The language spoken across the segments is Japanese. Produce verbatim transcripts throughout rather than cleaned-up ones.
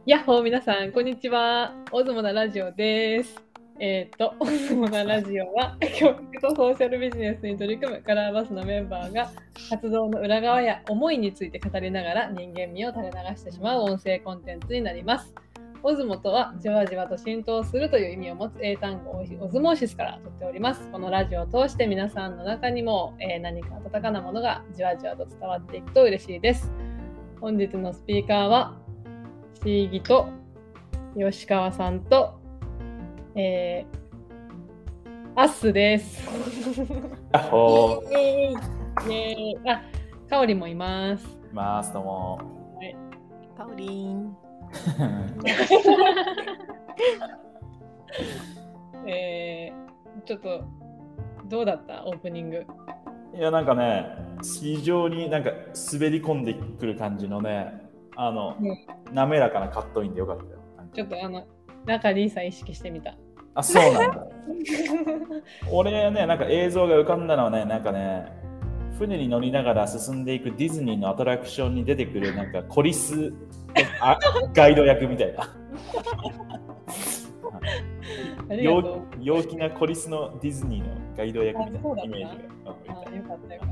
やっほー皆さん、こんにちは。オズモナラジオです。えっ、ー、と、オズモナラジオは、教育とソーシャルビジネスに取り組むカラーバスのメンバーが、活動の裏側や思いについて語りながら人間味を垂れ流してしまう音声コンテンツになります。オズモとは、じわじわと浸透するという意味を持つ英単語オズモーシスから取っております。このラジオを通して皆さんの中にも、えー、何か温かなものがじわじわと伝わっていくと嬉しいです。本日のスピーカーは、シーギと吉川さんと、えー、アッスです。 やっほー。イエーイ。イエーイ。あ、かおりもいます。 います。どうも。 はい。 かおりん。 えー、ちょっとどうだったオープニング？ いやなんかね、非常になんか滑り込んでくる感じのね、あの、うん、滑らかなカットインでよかったよ。 ちょっとあの中リーサ意識してみた。 あ、そうなんだ。俺ね、なんか映像が浮かんだのはね、なんかね、船に乗りながら進んでいくディズニーのアトラクションに出てくるなんかコリスあガイド役みたいな。陽, 陽気なコリスのディズニーのガイド役みたいなイメージが。 あ、よかったよかった。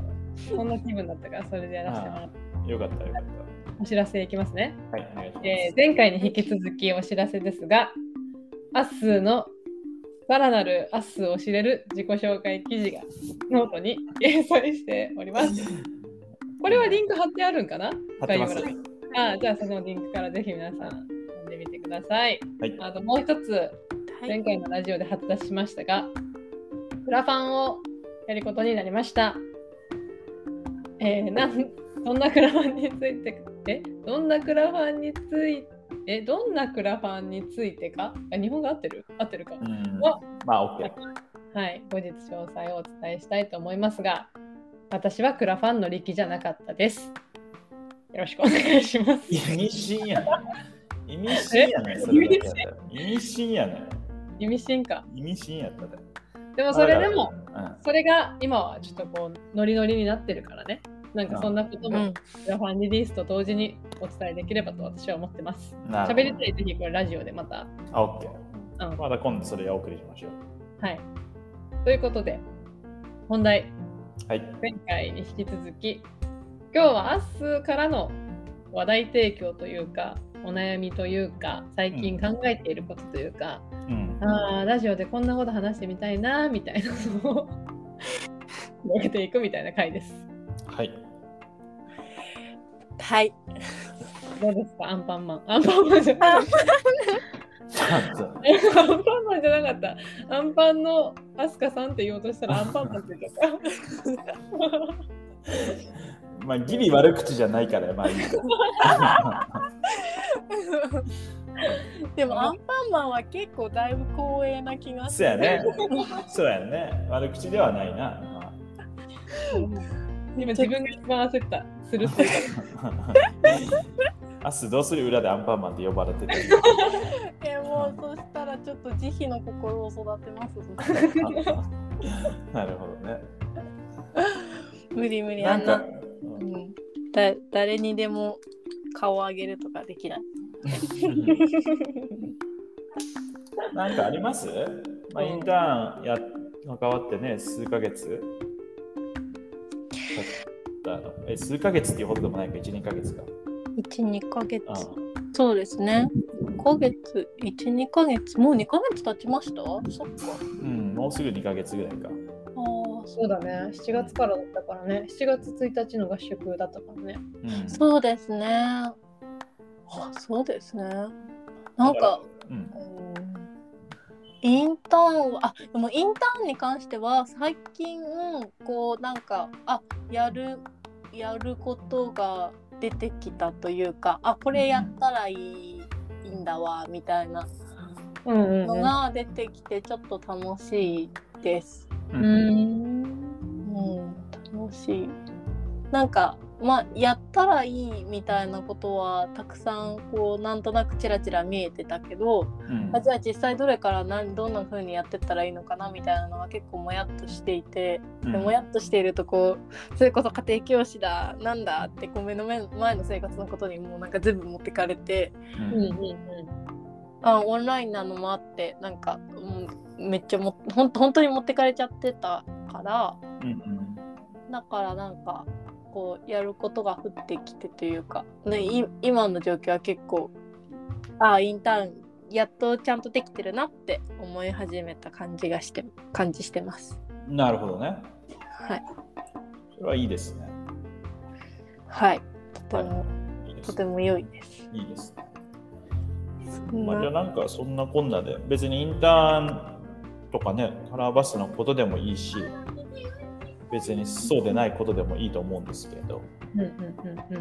そんな気分だったからそれでやらせてもらった。 よかったよかった。 お知らせいきますね。 はい、お願いします。 えー、前回に引き続きお知らせですが、アッスーのさらなるアッスーを知れる自己紹介記事がノートに掲載しております。これはリンク貼ってあるんかな？ 貼ってます。 あ、じゃあそのリンクからぜひ皆さん読んでみてください。はい、あともう一つ、前回のラジオで発達しましたが、クラファンをやることになりました。えー、なんどんなクラファンについてえどんなクラファンについてえどんなクラファンについてかあ日本語合ってる合ってるかは、 まあ OK。 はい、後日詳細をお伝えしたいと思いますが、私はクラファンの力じゃなかったです。よろしくお願いします。 意味深やね。意味深やね。それだけやった意味深やね。 意味深か。 意味深やったで。 でもそれでも、うん、それが今はちょっとこうノリノリになってるからね。なんかそんなことも、うん、クラファンリリースと同時にお伝えできればと私は思ってます。喋りたいときこれラジオでまた。 あ、OK。うん、まだ今度それをお送りしましょう。 はい。ということで、本題。 はい。 前回に引き続き、今日はアッスーからの話題提供というか、お悩みというか、最近考えていることというか、うん、あラジオでこんなこと話してみたいな、みたいなのを広げていくみたいな回です。 はい。 はい。 どうですか、アンパンマン。アンパンマンじゃなかった。アンパンマンじゃなかった。アンパンのアスカさんって言おうとしたらアンパンマンって言っちゃった。 まあギリ悪口じゃないからまあいいか。 でもアンパンマンは結構だいぶ光栄な気がする。 そうやね。そうやね。悪口ではないな。 今自分が一番焦った。するっていう明日どうする裏でアンパンマンって呼ばれてて。 えもうそしたらちょっと慈悲の心を育てます。 なるほどね。 無理無理あんな、うん、だ誰にでも顔を上げるとかできない。 なんかあります？まあ、インターンや関わってね数ヶ月。え数ヶ月っていうほどでもないかいち、にかげつか。 いち、にかげつ。そうですね。にかげつ、いち、にかげつ、もうにかげつ経ちました？そっか。 うん、もうすぐにかげつぐらいか。 ああ、そうだね。しちがつからだったからね。しちがつついたちの合宿だったからね。 うん、そうですね。あ、そうですね。なんか、うん、インターンは、あ、でもインターンに関しては最近こうなんかあやるやることが出てきたというか、あこれやったらいい、いいんだわみたいなのが出てきてちょっと楽しいです。うん、うん、楽しい。なんかまあやったらいいみたいなことはたくさんこうなんとなくちらちら見えてたけど、うん、あじゃあ実際どれから何どんな風にやってったらいいのかなみたいなのが結構もやっとしていて、うん、でもやっとしているとこうそれこそ家庭教師だなんだってこう目の前の生活のことにもうなんか全部持ってかれて、うんうんうん、あオンラインなのもあってなんか、うん、めっちゃもほん本当に持ってかれちゃってたから、うんうん、だからなんかこうやることが降ってきてというか、ね、今の状況は結構あインターンやっとちゃんとできてるなって思い始めた感じがして感じしてます。 なるほどね。 はい。 それはいいですね。 はい。とても、はい、いいですね、とても良いです。 いいですね。まあ、じゃあなんかそんなこんなで別にインターンとかねカラーバスのことでもいいし別にそうでないことでもいいと思うんですけど、うんうんうんうん、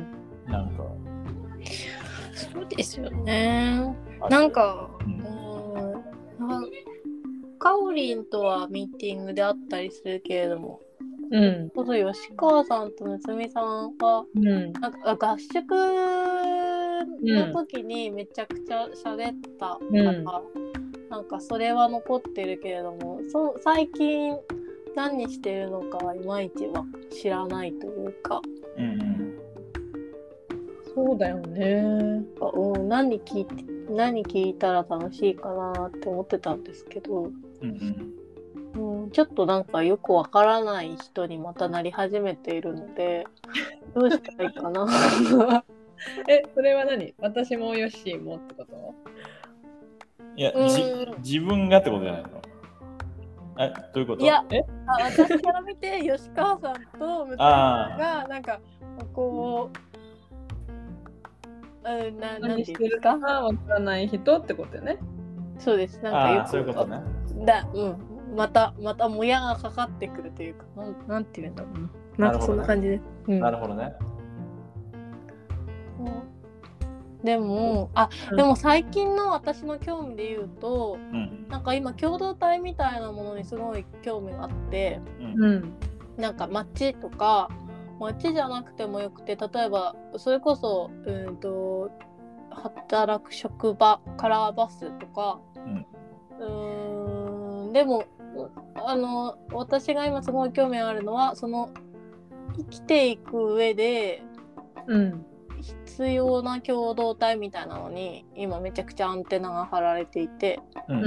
なんかそうですよね。なんか、うん、うんカオリンとはミーティングであったりするけれども、うん、吉川さんとむつみさんは、うん、なんか合宿の時にめちゃくちゃ喋ったから、うん、なんかそれは残ってるけれども、そ最近何してるのかはいまいちは知らないというか、うんうん、 そうだよね。 うん、何聞いて何聞いたら楽しいかなって思ってたんですけど、うんうんうん、ちょっとなんかよくわからない人にまたなり始めているのでどうしたらいいかなえ、それは何？私もヨッシーもってこと？ いや、じ自分がってことじゃないの？え、どういうこと？ いや、えあ私から見て吉川さんとむつみさんがなんかこう、うん、な何してるかわからない人ってことよね。 そうです。なんかよくそういうことね。 だ、うん。またまたもやがかかってくるというか、なん、なんていうんだろうな。なんかそんな感じで。 なるほどね。 うん、でもあ、うん、でも最近の私の興味で言うと、うん、なんか今共同体みたいなものにすごい興味があって、うん、なんか街とか街じゃなくてもよくて、例えばそれこそうんと働く職場カラーバスとか、うん、うーんでもあの私が今すごい興味あるのはその生きていく上で、うん、必要な共同体みたいなのに今めちゃくちゃアンテナが張られていて、うんうん、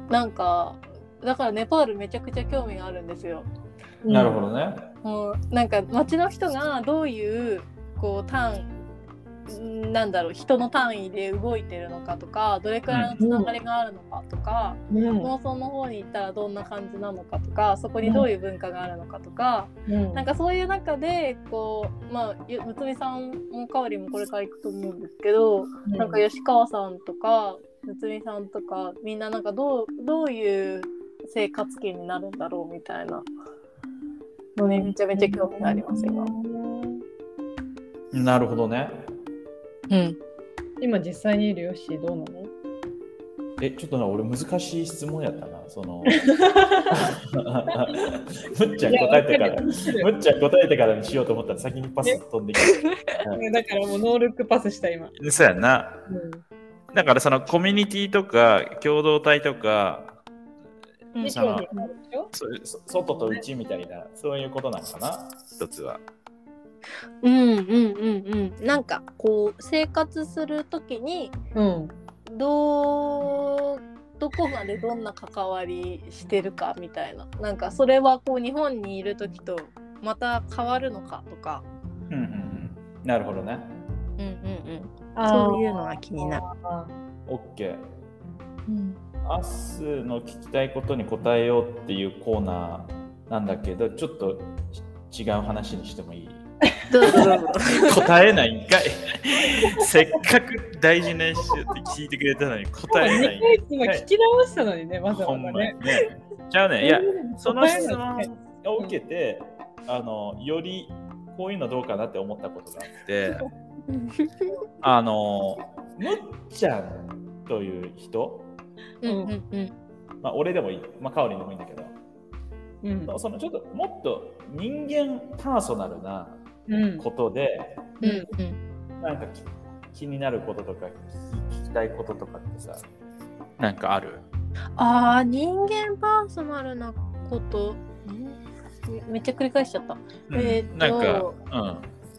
なんかだからネパールめちゃくちゃ興味があるんですよ。 なるほどね。 もうなんか街の人がどういうこう単なんだろう人の単位で動いてるのかとかどれくらいのつながりがあるのかとか、うん、農村の方に行ったらどんな感じなのかとかそこにどういう文化があるのかとか、うん、なんかそういう中でこうまあむつみさんもかおりもこれから行くと思うんですけど、うん、なんか吉川さんとかむつみさんとかみんななんかどうどういう生活圏になるんだろうみたいなのにめちゃめちゃ興味があります今。 なるほどね。 うん、 今実際にいるヨッシーどうなの？ え、ちょっとな俺難しい質問やったな。そのむっちゃん答えてからむっちゃん答えてからにしようと思ったら先にパス飛んできて、 はい、だからもうノールックパスした今。 そうやな、うん、だからそのコミュニティとか共同体とか、うん、そのそ外と内みたいなそういうことなのかな一つは。 うんうんうんうん、なんかこう生活するときに、うん、どうどこまでどんな関わりしてるかみたいな、なんかそれはこう日本にいるときとまた変わるのかとか、 うんうんうん、なるほどね。 うんうんうん、そういうのが気になる。 オッケー。うん、明日の聞きたいことに答えようっていうコーナーなんだけど、ちょっと違う話にしてもいい？ どうぞどうぞ答えないんかいせっかく大事な人って聞いてくれたのに答えないんかい。 今聞き直したのにね、わざわざね。 じゃあね、いや、その質問を受けて、うん、あのよりこういうのどうかなって思ったことがあってあのむっちゃんという人、うんうんうん、まあ俺でもいい、まあかおりんでもいいんだけど、うん、そのちょっともっと人間パーソナルなことで、 うんうん、 なんか気になることとか聞きたいこととかってさ、なんかある？ ああ、人間パーソナルなこと、めっちゃ繰り返しちゃった。 うん、 えー、っとなんか、うん、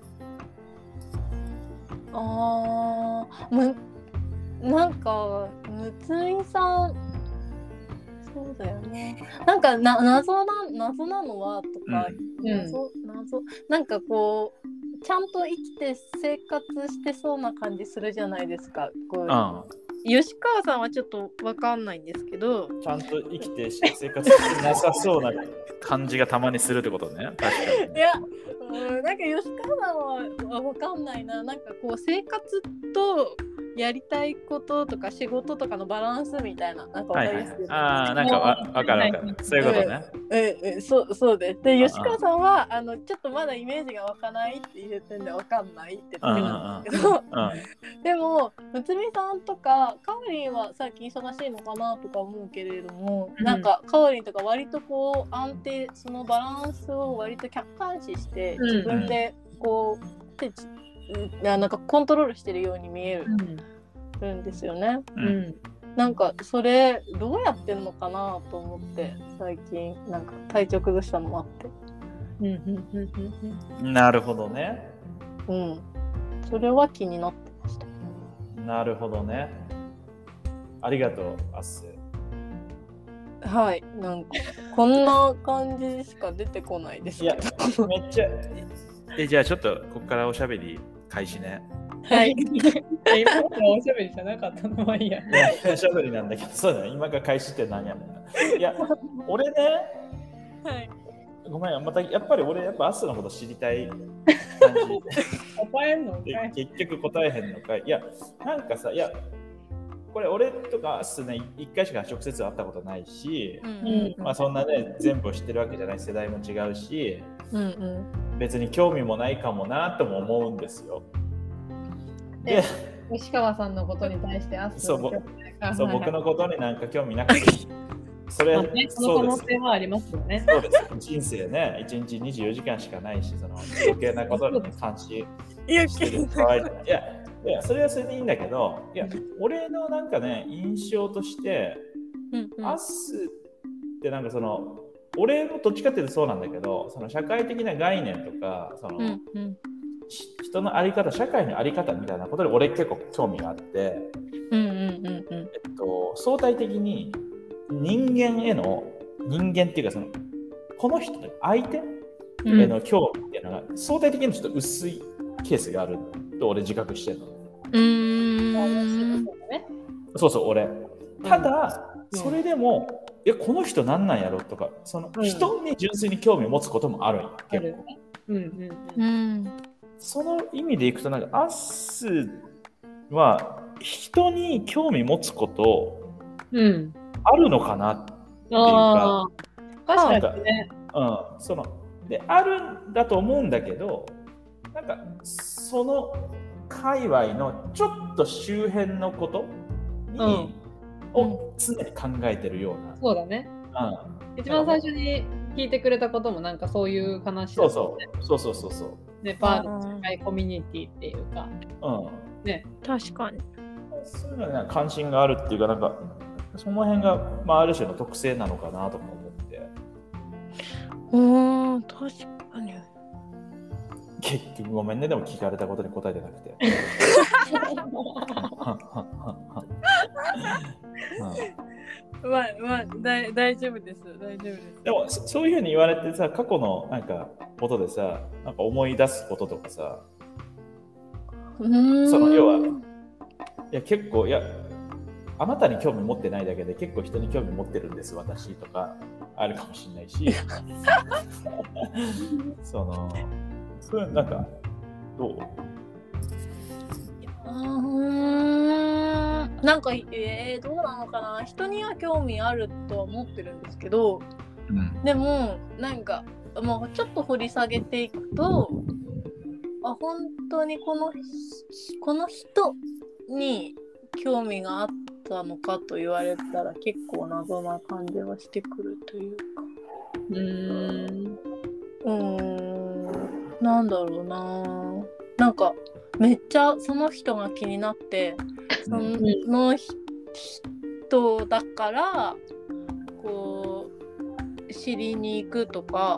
ああ、むなんかむつみさん、そうだよね。なんかな謎な謎なのはとか、 うん、 謎謎なんかこうちゃんと生きて生活してそうな感じするじゃないですか。こう、うん、吉川さんはちょっとわかんないんですけど、 ちゃんと生きて生活してなさそうな感じがたまにするってことね。確かに。 いや、うん、なんか吉川さんはわかんないな。なんかこう生活とやりたいこととか仕事とかのバランスみたいな、なんかわかります、はいはい、 ああ、なんかわかるわかる。そういうことね。 ええ、そうそうです。で、吉川さんはあのちょっとまだイメージが湧かないって言ってんでわかんないって言ってるんですけど、でもむつみさんとかかおりんは最近忙しいのかなとか思うけれども、うん、なんかかおりんとか割とこう安定、そのバランスを割と客観視して自分でこう、うんなんかコントロールしてるように見えるんですよね、うん、なんかそれどうやってんのかなと思って最近なんか体調崩したのもあって、 なるほどね。 うん、それは気になってました。 なるほどね。ありがとうアッス。 はい、なんかこんな感じしか出てこないですけど。 いやめっちゃえじゃあちょっとここからおしゃべり開始ね。 はい。 今のおしゃべりじゃなかったのはいいや。 おしゃべりなんだけど、そうだね。今から開始って何やもんな。いや、俺ね、 はい、 ごめん、またやっぱり俺、やっぱアスのこと知りたい感じ。 答えんのかい？ 結局答えへんのかい。いや、なんかさ、いや、これ俺とかアスね、一回しか直接会ったことないし、うんうん、まあそんなね、全部知ってるわけじゃない、世代も違うし、うんうん、別に興味もないかもなとも思うんですよ。 で、吉川さんのことに対してアスそう、そう僕のことになんか興味なくて、それ、 まあね、その可能性はありますよね。 そうです。人生ね、いちにちにじゅうよじかんしかないし、その余計なことに、ね、関心してる場合、いや、いや、それはそれでいいんだけど、いや、俺のなんかね、印象として、うんうん、アスってなんかその、俺もどっちかっていうとそうなんだけど、その社会的な概念とか、その、うんうん、人の在り方、社会の在り方みたいなことで俺結構興味があって、うんうんうんうんえっと、相対的に人間への人間っていうかそのこの人相手への興味っていうのが相対的にちょっと薄いケースがあると俺自覚してるの。うーんそうそう俺。ただ、うん、それでもえこの人なんなんやろとかその人に純粋に興味を持つこともあるんや、うん、結構。うんうんうんその意味でいくとなんかアッスは人に興味持つことあるのかなっていうか、 うん、確かにね、 うん、そのであるんだと思うんだけどなんかその界隈のちょっと周辺のことに、うん、を常に考えてるような、 そうだね、うん、一番最初に聞いてくれたこともなんかそういう話だったよね。 そうそうそうそうそうネパールの社会コミュニティっていうか、 うんね、確かにそういうのに、ね、関心があるっていうかなんかその辺が、まあ、ある種の特性なのかなとか思ってうん確かに結局ごめんねでも聞かれたことに答えてなくてうん、まあまあ大大丈夫です大丈夫ですでもそういうふうに言われてさ過去のなんかことでさなんか思い出すこととかさうーんその要はいや結構いやあなたに興味持ってないだけで結構人に興味持ってるんです私とかあるかもしれないしそのそういうなんかどううーんなんか、えー、どうなのかな人には興味あるとは思ってるんですけど、うん、でもなんかもうちょっと掘り下げていくとあ本当にこのこの人に興味があったのかと言われたら結構謎な感じはしてくるというかうーんうーんなんだろうな。なんかめっちゃその人が気になってその人だからこう知りに行くとか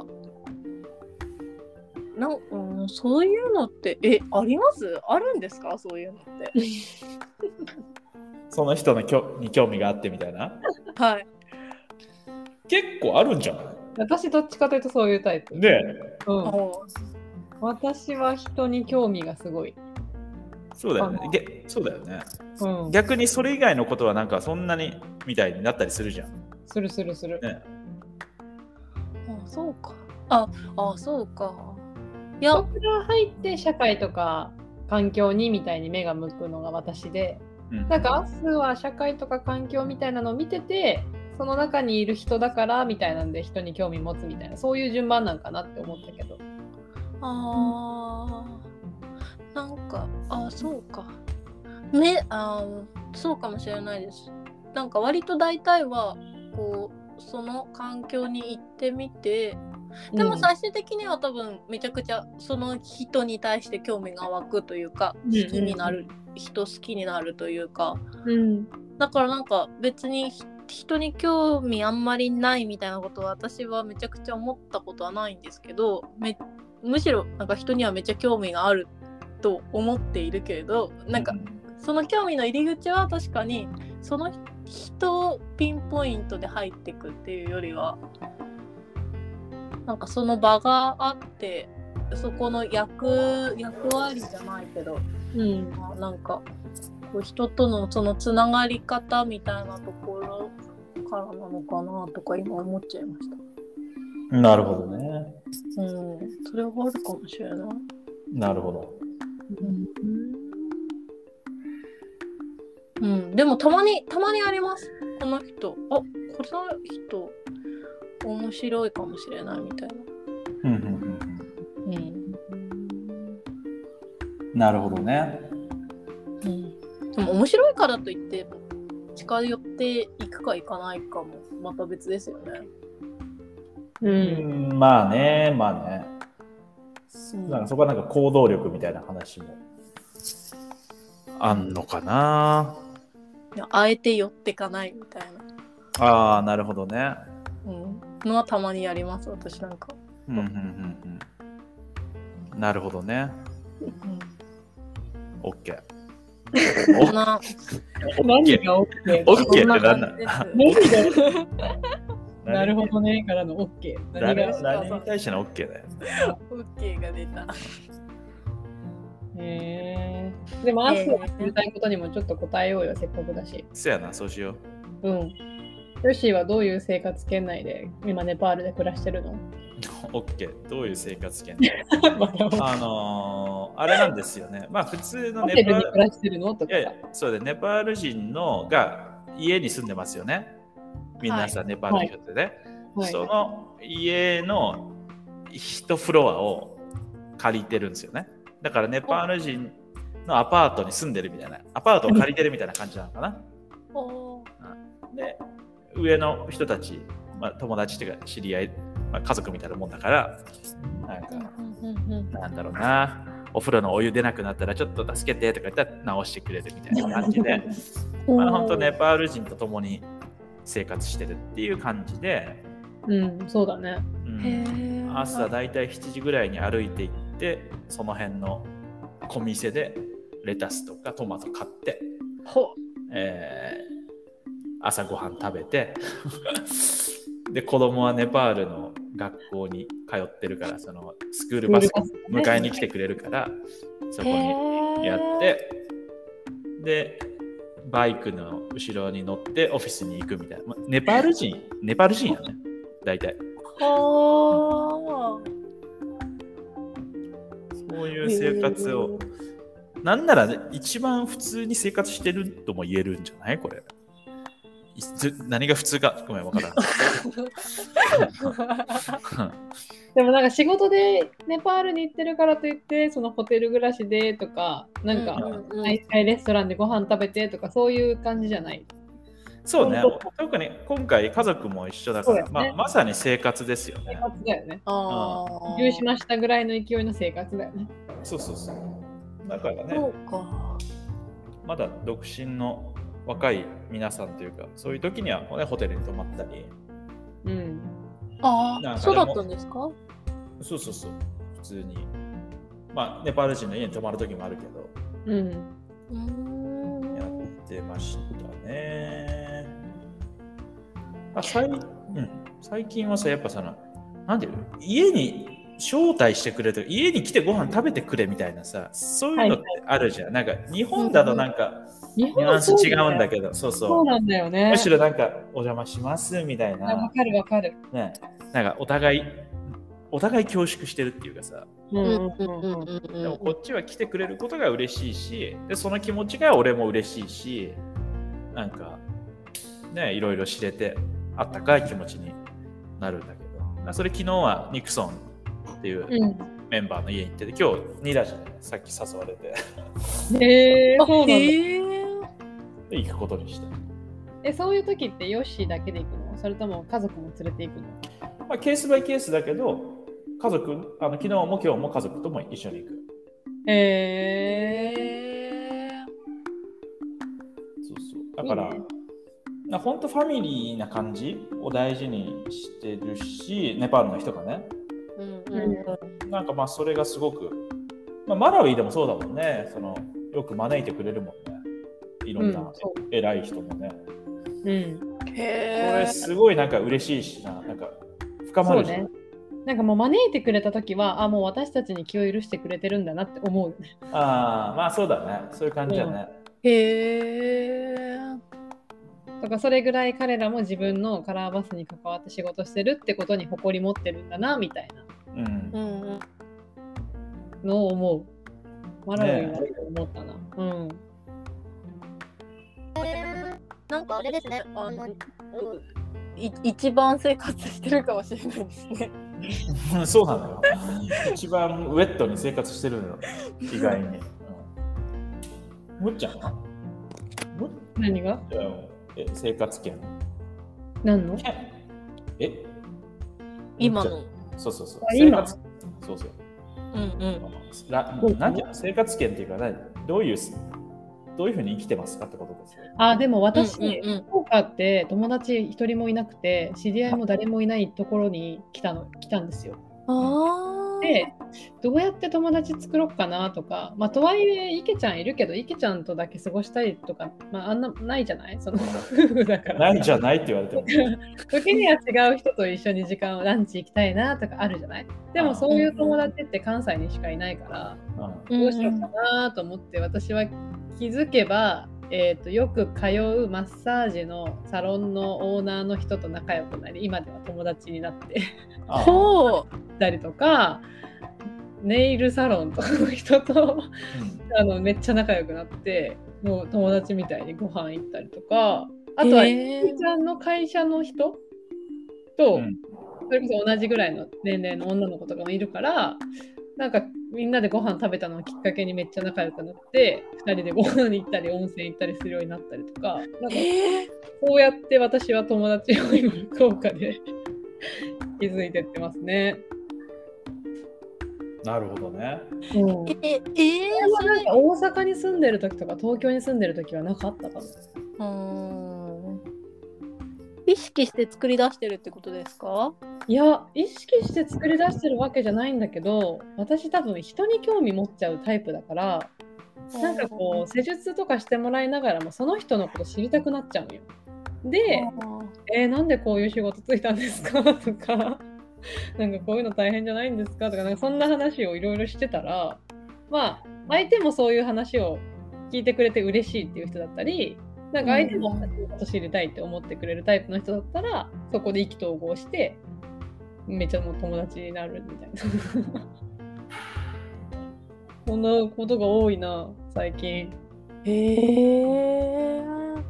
な、うん、そういうのってえあります？あるんですか？そういうのってその人のきょに興味があってみたいな。 はい。 結構あるんじゃない？ 私どっちかというとそういうタイプ。 で、 うん、私は人に興味がすごい。 そうだよね。げそうだよね、 うん。 逆にそれ以外のことはなんかそんなにみたいになったりするじゃん。 するするする。 ね、 あ、そうか。あ、あ、そうか。いや、 そこから入って社会とか環境にみたいに目が向くのが私で、うん、なんか明日は社会とか環境みたいなのを見てて、その中にいる人だからみたいなんで人に興味持つみたいな、そういう順番なんかなって思ったけど。 あー、なんか、あ、そうか。ね、あ、そうかもしれないです。なんか割と大体はこうその環境に行ってみて、でも最終的には多分めちゃくちゃその人に対して興味が湧くというか、好きになる、うんうん、人好きになるというか、うん、だからなんか別に人に興味あんまりないみたいなことは私はめちゃくちゃ思ったことはないんですけど、めむしろなんか人にはめっちゃ興味があると思っているけれど、なんかその興味の入り口は確かにその人をピンポイントで入っていくっていうよりは、なんかその場があってそこの役役割じゃないけど、うん、なんかこう人とのそのつながり方みたいなところからなのかなとか今思っちゃいました。 なるほどね。 うん、それはあるかもしれない。 なるほど。 うん、うん、でもたまにたまにあります。この人、あ、この人面白いかもしれないみたいな。 うんうんうん。うん。なるほどね。 うん。でも面白いからといって近寄っていくかいかないかもまた別ですよね。 うん、うん、まあね、まあね。うん、なんかそこはなんか行動力みたいな話もあんのかな。 いや、あえて寄ってかないみたいな。ああ、なるほどね。 うん。のはたまにやります私なんか。 うんうんうんうん。なるほどね。うん。オッケー。 おな何が OK？ オッケーって何なの？ なるほどねからの OK。 何が何に対しての OK だよ。 OK が出た。 へえー。でもアスが知りたいことにもちょっと答えようよ、せっかくだし。 そうやな、そうしよう。うん。ヨッシーはどういう生活圏内で今ネパールで暮らしてるの？ オッケー。どういう生活圏あのー、あれなんですよね。まあ普通のネパール。ホテルに暮らしてるのとか。いやいや、そうで、ネパール人のが家に住んでますよね。みんなさ、はい、ネパールの人ってね、はい。その家の一フロアを借りてるんですよね。だからネパール人のアパートに住んでるみたいな、アパートを借りてるみたいな感じなのかな。で、上の人たち、まあ、友達というか知り合い、まあ、家族みたいなもんだから、なんか、なんだろうな、お風呂のお湯出なくなったらちょっと助けてとか言ったら直してくれるみたいな感じで、まあ、本当ネパール人と共に生活してるっていう感じで、 うん、そうだね。 うん、朝だいたいしちじぐらいに歩いて行って、その辺の小店でレタスとかトマト買って、えー朝ごはん食べてで子供はネパールの学校に通ってるからそのスクールバス迎えに来てくれるからそこにやってでバイクの後ろに乗ってオフィスに行くみたいな、ま、ネパール人ネパール人やね大体。そういう生活をなんなら、ね、一番普通に生活してるとも言えるんじゃないこれ。何が普通かごめん分からんでもなんか仕事でネパールに行ってるからといってそのホテル暮らしでとかなんか毎回レストランでご飯食べてとかそういう感じじゃない。 そうね、特に今回家族も一緒だから、ね、まあ、まさに生活ですよね。 生活だよね。 ああ。移住しましたぐらいの勢いの生活だよね。 そうそうそう。だからね、 そうか。 まだ独身の若い皆さんというか、そういう時には、ね、ホテルに泊まったり。 うん。 ああ、そうだったんですか？ そうそうそう。普通に。まあ、ネパール人の家に泊まる時もあるけど。 うん。 やってましたね。あ、最、うん、最近はさ、やっぱその、なんていうの、家に招待してくれとか、家に来てご飯食べてくれみたいなさ、そういうのってあるじゃん。はいはい、なんか、日本だとなんか、ニュアンス違うんだけど、そうそう。 そうなんだよね。 むしろなんか、お邪魔しますみたいな。 わかるわかる。 ね、なんか、お互い、お互い恐縮してるっていうかさ。でも、こっちは来てくれることが嬉しいし、で、その気持ちが俺も嬉しいし、なんか、ね、いろいろ知れて、あったかい気持ちになるんだけど、それ昨日はニクソンっていうメンバーの家に行ってて、今日ニラジにさっき誘われてへえー、そうなんだ。 で行くことにして。 え、そういう時ってヨッシーだけで行くの？それとも家族も連れて行くの？ まあ、ケースバイケースだけど、家族、あの昨日も今日も家族とも一緒に行く。 へえー。 そうそう。だから、いいね、本当ファミリーな感じを大事にしてるし、ネパールの人がね。うんうん、なんかまあそれがすごく、まあ、マラウイでもそうだもんね。そのよく招いてくれるもんね。いろんな偉い人もね。 うん。 へー。これすごいなんか嬉しいしな、なんか深まるし。そうね。 なんかもう招いてくれたときは、あ、もう私たちに気を許してくれてるんだなって思うよね。 ああ、まあそうだね。そういう感じだね。 うん、へー。 とかそれぐらい彼らも自分のカラーバスに関わって仕事してるってことに誇り持ってるんだなみたいなのを思う。マラウイは思ったな。ね、うん。 なんかあれですね。あのい一番生活してるかもしれないですね。 そうなのよ。一番ウェットに生活してるのよ。意外に。うん、むっちゃんは？ 何が？ え、生活圏。 何の？ え？ 今の。 そうそうそう。 今。 そうそう。 うんうん。 なんていうの？生活圏っていうか何？どういうどういうふうに生きてますかってことですよ。 あ、でも私、福岡って友達一人もいなくて、知り合いも誰もいないところに来たの来たんですよ。 あで、どうやって友達作ろうかなとか、まあ、とはいえ、池ちゃんいるけど、池ちゃんとだけ過ごしたいとか、まあ、あんなないじゃないその夫婦だから。 ないじゃないって言われても。 時には違う人と一緒に時間をランチ行きたいなとかあるじゃない。でもそういう友達って関西にしかいないから、どうしようかなと思って、私は気づけば、えーと、よく通うマッサージのサロンのオーナーの人と仲良くなり、今では友達になってたりとか、ネイルサロンとかの人と、うん、あのめっちゃ仲良くなって、もう友達みたいにご飯行ったりとか、あとはゆきちゃんの会社の人と、うん、それこそ同じぐらいの年齢の女の子とかもいるから、なんかみんなでご飯食べたのをきっかけにめっちゃ仲良くなって、ふたりでご飯に行ったり温泉行ったりするようになったりとか、なんかこうやって私は友達を今福岡で築いてってますね。 なるほどね。 うん、ええー、なんか大阪に住んでる時とか東京に住んでる時はなかったかも。意識して作り出してるってことですか？ いや、意識して作り出してるわけじゃないんだけど、私多分人に興味持っちゃうタイプだから、なんかこう施術とかしてもらいながらもその人のこと知りたくなっちゃうのよ。で、えー、なんでこういう仕事ついたんですかとか、なんかこういうの大変じゃないんですかとか、なんかそんな話をいろいろしてたら、まあ相手もそういう話を聞いてくれて嬉しいっていう人だったり、なんか相手も私のこと知りたいって思ってくれるタイプの人だったら、そこで意気投合してめっちゃもう友達になるみたいなこんなことが多いな最近。 へえ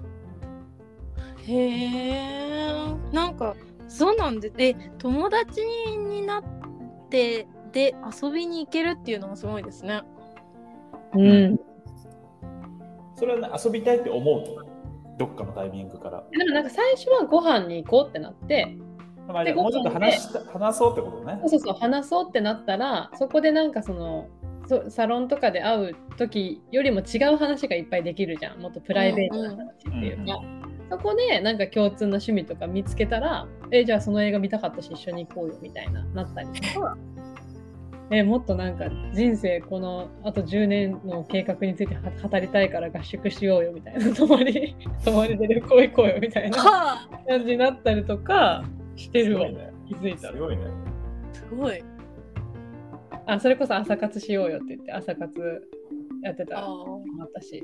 へえなんかそうなんで、で友達になってで遊びに行けるっていうのもすごいですね。 うん。 それは、ね、遊びたいって思うどっかのタイミングから。 でもなんか最初はご飯に行こうってなって、 まあ、じゃあもうちょっと話し話そうってことね。 そうそう話そうってなったら、そこでなんかそのそサロンとかで会う時よりも違う話がいっぱいできるじゃん。もっとプライベートな話っていうか、うんうん、そこでなんか共通の趣味とか見つけたら、えじゃあその映画見たかったし一緒に行こうよみたいななったりとか。えもっとなんか人生このあとじゅうねんの計画について語りたいから合宿しようよみたいな、泊まり泊まりで旅行行こうよみたいな感じになったりとかしてるわ、ね、気づいたらすごいねすごい。 あそれこそ朝活しようよって言って朝活やってた私。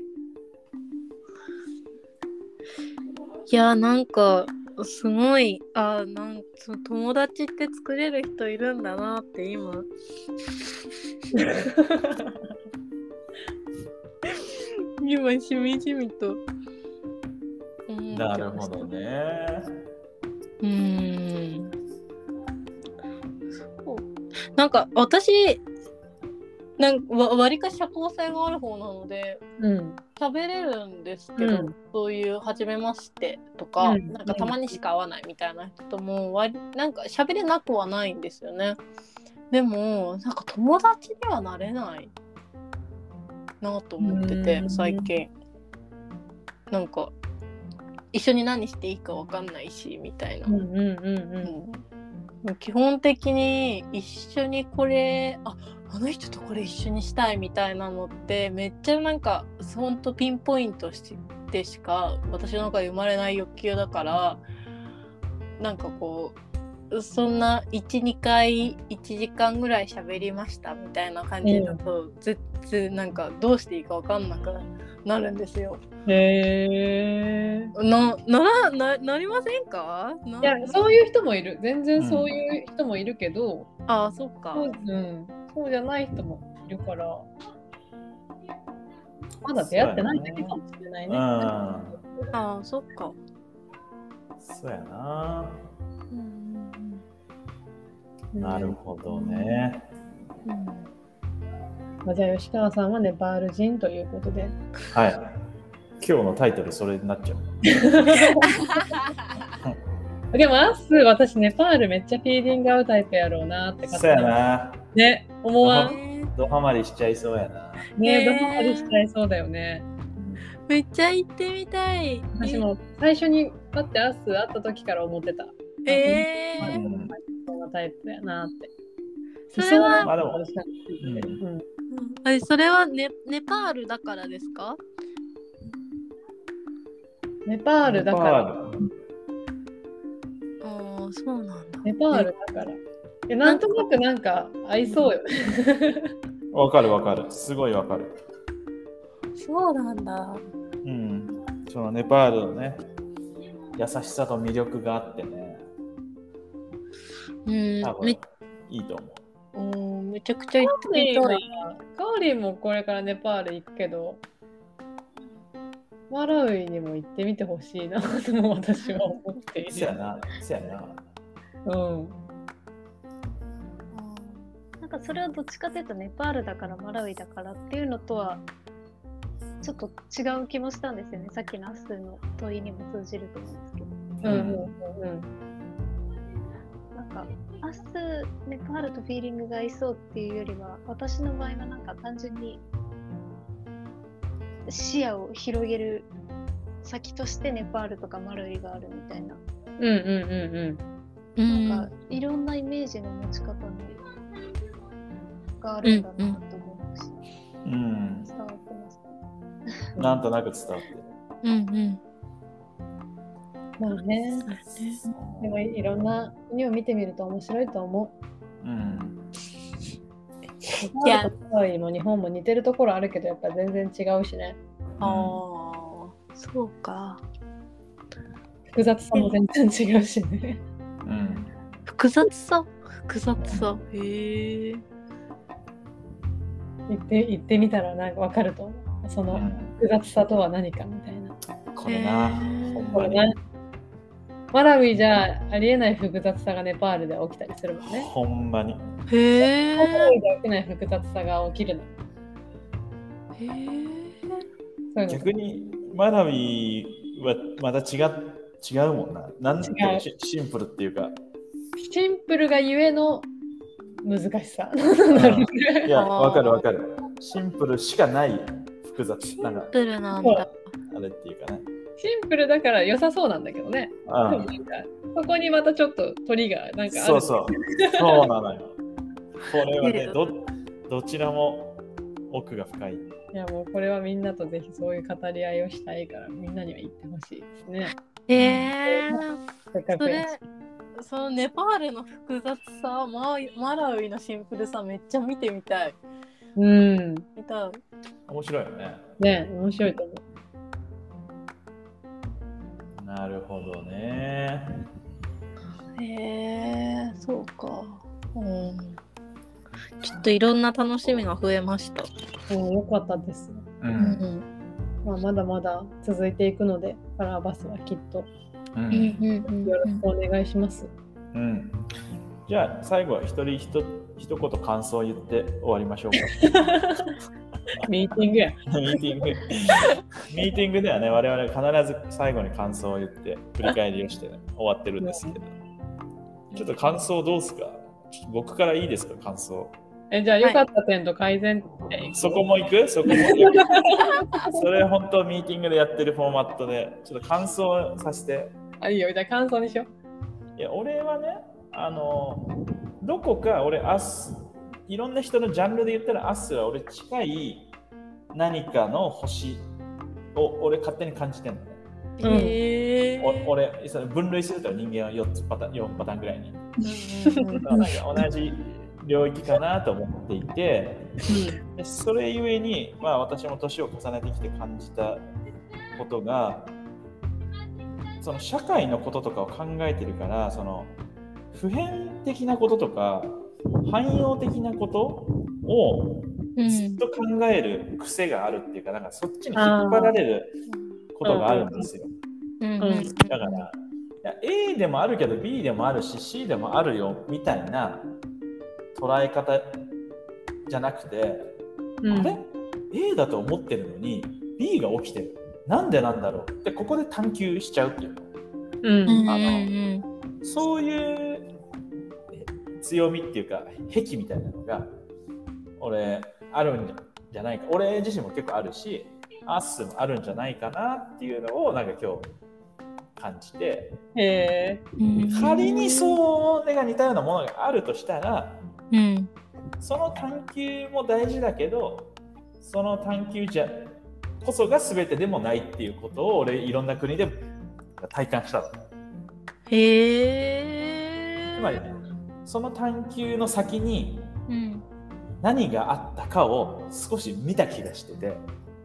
いやなんかすごい、あなんその友達って作れる人いるんだなって今今しみじみと思ってました。なるほどね。 うーんそうなんか私なんかわりかし社交性がある方なので、うん、喋れるんですけど、うん、そういう初めましてとか、うん、なんかたまにしか会わないみたいな人とも割なんか喋れなくはないんですよね。でもなんか友達にはなれないなと思ってて、最近なんか一緒に何していいか分かんないしみたいな、うんうんうんうん、基本的に一緒にこれああの人とこれ一緒にしたいみたいなのってめっちゃなんかほんとピンポイントしてしか私の中で生まれない欲求だから、なんかこうそんな いちにかいいちじかんぐらい喋りましたみたいな感じだと、うん、全然なんかどうしていいか分かんなくなるんですよ。 へーな、なら、な、なりませんか？ いやそういう人もいる、全然そういう人もいるけど、 うん、ああそっか、 そう、うん、そうじゃない人もいるからまだ出会ってないだけかもしれないね。 ああそっか、 そうやな、うん、なるほどね、うんうんまあ、じゃあ吉川さんはネパール人ということで、 はい、今日のタイトルそれになっちゃうでもアス私ネパールめっちゃフィーリング合うタイプやろうなってそうやなね思わん？ ドハマりしちゃいそうやなね、ドハマりしちゃいそうだよね。 めっちゃ行ってみたい。 私も最初に会ってアス会った時から思ってた。 えー、 そんなタイプやなって。 それは、 まあでも、 うんうん、あそれは ネ, ネパールだからですか？ ネパールだから。ああ、そうなんだ。 ネパールだから。え、なんとなくなんか合いそうよ。 わかるわかる。すごいわかる。 そうなんだ。 うん。そのネパールのね、優しさと魅力があってね。 うん。 多分いいと思う。 うん、めちゃくちゃ行ってみたい。 カオリンもこれからネパール行くけど、マラウイにも行ってみてほしいなと私は思っている。 そうやな、そうやな。 うん。 なんかそれはどっちかというとネパールだからマラウイだからっていうのとはちょっと違う気もしたんですよね。さっきのアスの問いにも通じると思うんですけど。うんうんうん。なんかアスネパールとフィーリングが合いそうっていうよりは、私の場合はなんか単純に視野を広げる先としてネパールとかマラウイがあるみたいな。 うんうんうんうん。なんかいろんなイメージの持ち方にがあるんだなと思いました。うん。伝わってますか？ なんとなく伝わってる。 うんうん。 まあね。でもいろんな国を見てみると面白いと思う。うん。いや、も日本も似てるところあるけどやっぱ全然違うしね。 ああ、そうか。 複雑さも全然違うしね。 うん。 複雑さ？複雑さ。へえ。 行って行ってみたらなんか分かると思う。その複雑さとは何かみたいな。 これな。 これな。マラウイじゃありえない複雑さがネパールで起きたりするもんね。 ほんまに。 へえ。 マラウイで起きない複雑さが起きるの。 へえ。 逆にマラウイまた違違うもんな。なんていうのシシンプルっていうか。 シンプルがゆえの難しさ。 いや、わかるわかる。シンプルしかない複雑。 シンプルなんだ。 あれっていうかね。 シンプルだから良さそうなんだけどね。 ああそこにまたちょっと鳥がなんかある。 そうそう。そうなのよ。これはね、ど, どちらも奥が深い。 いやもうこれはみんなとぜひそういう語り合いをしたいからみんなには言ってほしいですね。 へえー。 それ、そのネパールの複雑さ、マ, マラウイのシンプルさめっちゃ見てみたい。 うん。 見たい。 面白いよね。 ね、面白いと思う。なるほどね。 へえ、そうか。うん。ちょっといろんな楽しみが増えました。 うん、よかったです。 うんうんまあ、まだまだ続いていくので、カラーバスはきっと、 うん、 よろしくお願いします。 うん、じゃあ最後は一人一一言感想を言って終わりましょうか。 ミーティングや。 ミーティング。ミーティングではね、我々必ず最後に感想を言って振り返りをして、ね、終わってるんですけど、ちょっと感想どうですか？ちょっと僕からいいですか、感想。 え、じゃあ良かった点と改善点、はい、 そこも行くそこも行くそれ本当ミーティングでやってるフォーマットで、ちょっと感想させて。 あ、いいよ、じゃあ感想にしよう。いや、俺はね、あの、どこか俺、アス、いろんな人のジャンルで言ったら、アスは俺近い何かの星を俺勝手に感じてるのね。 へー、俺、それ分類すると人間はよっつパターン、よんパターンぐらいに。なんか同じ領域かなと思っていて、でそれゆえに、まあ、私も年を重ねてきて感じたことが、その社会のこととかを考えてるから、その普遍的なこととか汎用的なことをずっと考える癖があるっていうか、なんかそっちに引っ張られることがあるんですよ。だから、A でもあるけど B でもあるし C でもあるよみたいな捉え方じゃなくて、うん、あれ A だと思ってるのに B が起きてる、なんでなんだろうってここで探求しちゃうっていうの、うん、あのそういう強みっていうか癖みたいなのが俺あるんじゃないか、俺自身も結構あるしアッスもあるんじゃないかなっていうのをなんか今日感じて、 へー、仮にそうが似たようなものがあるとしたら、うん、その探求も大事だけどその探求じゃこそが全てでもないっていうことを俺いろんな国で体感したの。 へー。 つまりね、その探求の先に何があったかを少し見た気がしてて、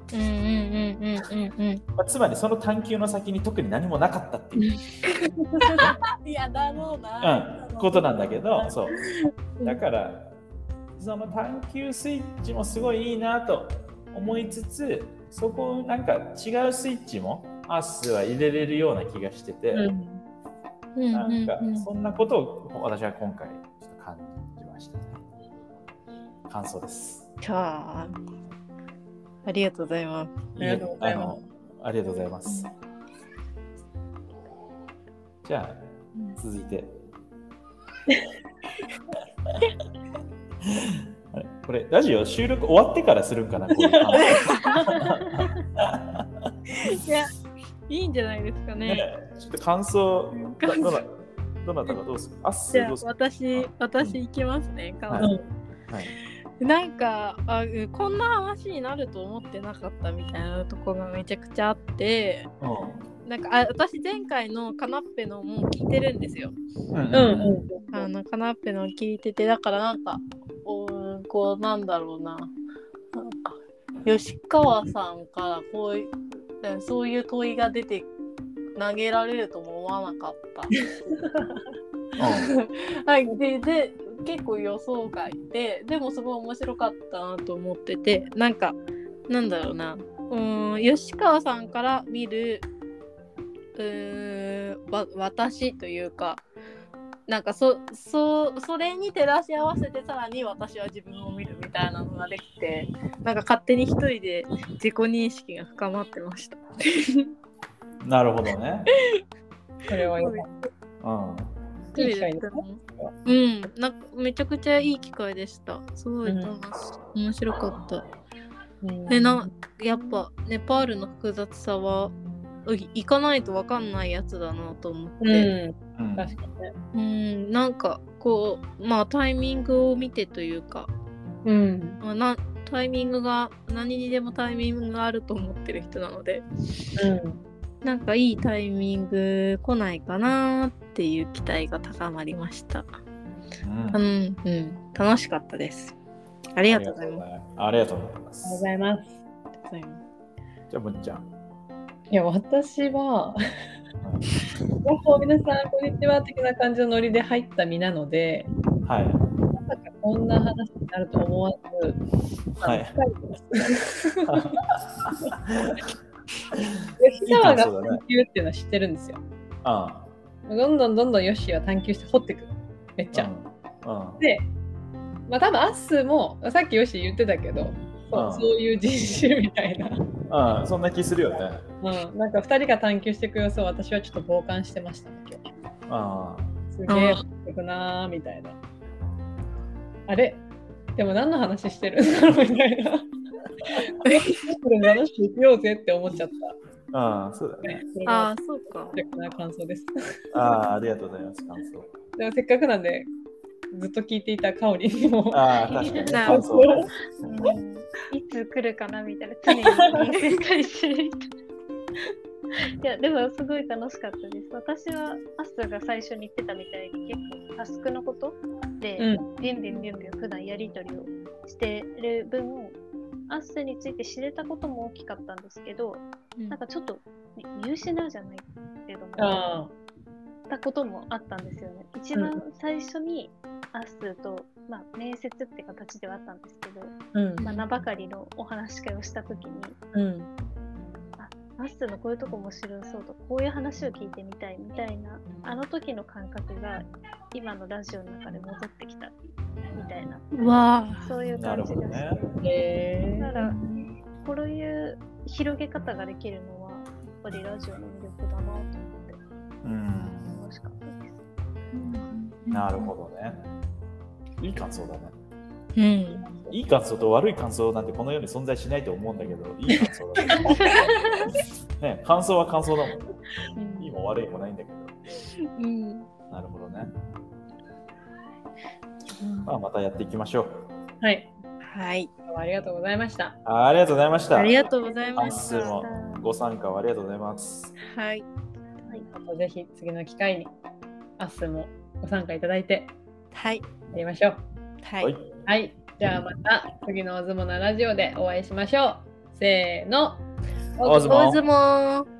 つまりその探求の先に特に何もなかったっていういやだろうな、 うん、ことなんだけど、そうだからその探求スイッチもすごいいいなと思いつつ、そこなんか違うスイッチもアースは入れれるような気がしてて、うん、なんかそんなことを私は今回ちょっと感じましたね。感想です。 あありがとうございます。 ありがとうございます。 ありがとうございます。じゃあ続いてあれこれラジオ収録終わってからするんかな、こういう感じ。いや、いいんじゃないですかね。 ね、ちょっと感想どなどなたかどうする？あっすじゃあ私私行きますね。感想。はいはい、なんかあこんな話になると思ってなかったみたいなところがめちゃくちゃあって、うん、なんかあ私前回のカナッペのも聞いてるんですよ。うんうんうん、あのカナッペの聞いてて、だからなんかおこうなんだろうな、なんか吉川さんからこういうそういう問いが出て投げられるとも思わなかった。はい、でで結構予想外で、でもすごい面白かったなと思ってて、なんかなんだろうな、うーん吉川さんから見るうーわ私というか、なんか そ, そ, それに照らし合わせてさらに私は自分を見るみたいなのができて、なんか勝手に一人で自己認識が深まってました。 なるほどね。 それはよかった。 うん。 いい機会ですね。 うん、なんかめちゃくちゃいい機会でした。すごい楽し、うん、面白かった。うん、でなやっぱネパールの複雑さは行かないと分かんないやつだなと思って、 うん、確かにね。 うん、なんかこうまあタイミングを見てというか、 うんまあ、なタイミングが何にでもタイミングがあると思ってる人なので、うん、なんかいいタイミング来ないかなっていう期待が高まりました。うん、うんうん、楽しかったです。ありがとうございます。 ありがとうございます。 ありがとうございます。 じゃあ、むっちゃん。 いや、私は、皆さん、こんにちは的な感じのノリで入った身なので、 はい。 まさかこんな話になると思わず、はい。吉沢が探求っていうのは知ってるんですよ。ああどんどんどんどんヨッシーは探求して掘ってくる。めっちゃ。うんうん、で、まあ多分アッスーもさっきヨッシー言ってたけど、そう、そういう人種みたいな。 ああ、そんな気するよね。 うん、なんかふたりが探求していく様子を私はちょっと傍観してましたね、今日。ああ。すげえ、掘ってくなーみたいな。あれでも何の話してるんだろうみたいな。これ楽しくいくようぜって思っちゃった。 ああ、そうだね。 ああ、そうか。 な感想です。 ああ、ありがとうございます、感想。 でもせっかくなんで、ずっと聞いていたカオリンにも。 ああ、確かに、感想、ねうん。いつ来るかなみたいな、常に繰り返してる人。いや、でもすごい楽しかったです。私はアスが最初に言ってたみたいに結構タスクのことで、うん、ビュンビュンビュンビュン普段やり取りをしてる分、アスについて知れたことも大きかったんですけど、うん、なんかちょっと見失うじゃないけども、たこともあったんですよね。一番最初にアスと、まあ、面接って形ではあったんですけど、うん、まあ、名ばかりのお話し会をしたときに、うんアスのこういうとこ面白そうとこういう話を聞いてみたいみたいなあの時の感覚が今のラジオの中で戻ってきたみたいなわそういう感じがして、ね、だからこういう広げ方ができるのはやっぱりラジオの魅力だなと思ってうん楽しかったです、 うん、なるほどねいい感想だねうん、 いい感想と悪い感想なんてこの世に存在しないと思うんだけどいい感想だねね感想は感想だもんね、うん、いいも悪いもないんだけど、うん、なるほどね、うんまあ、またやっていきましょうはいはいありがとうございましたありがとうございましたありがとうございましたアッスもご参加ありがとうございますはい、 はい、あとぜひ次の機会にアッスもご参加いただいてはいやりましょうはい、はいはい、じゃあまた次のおずもなラジオでお会いしましょう。せーの。 おずも。 おずも。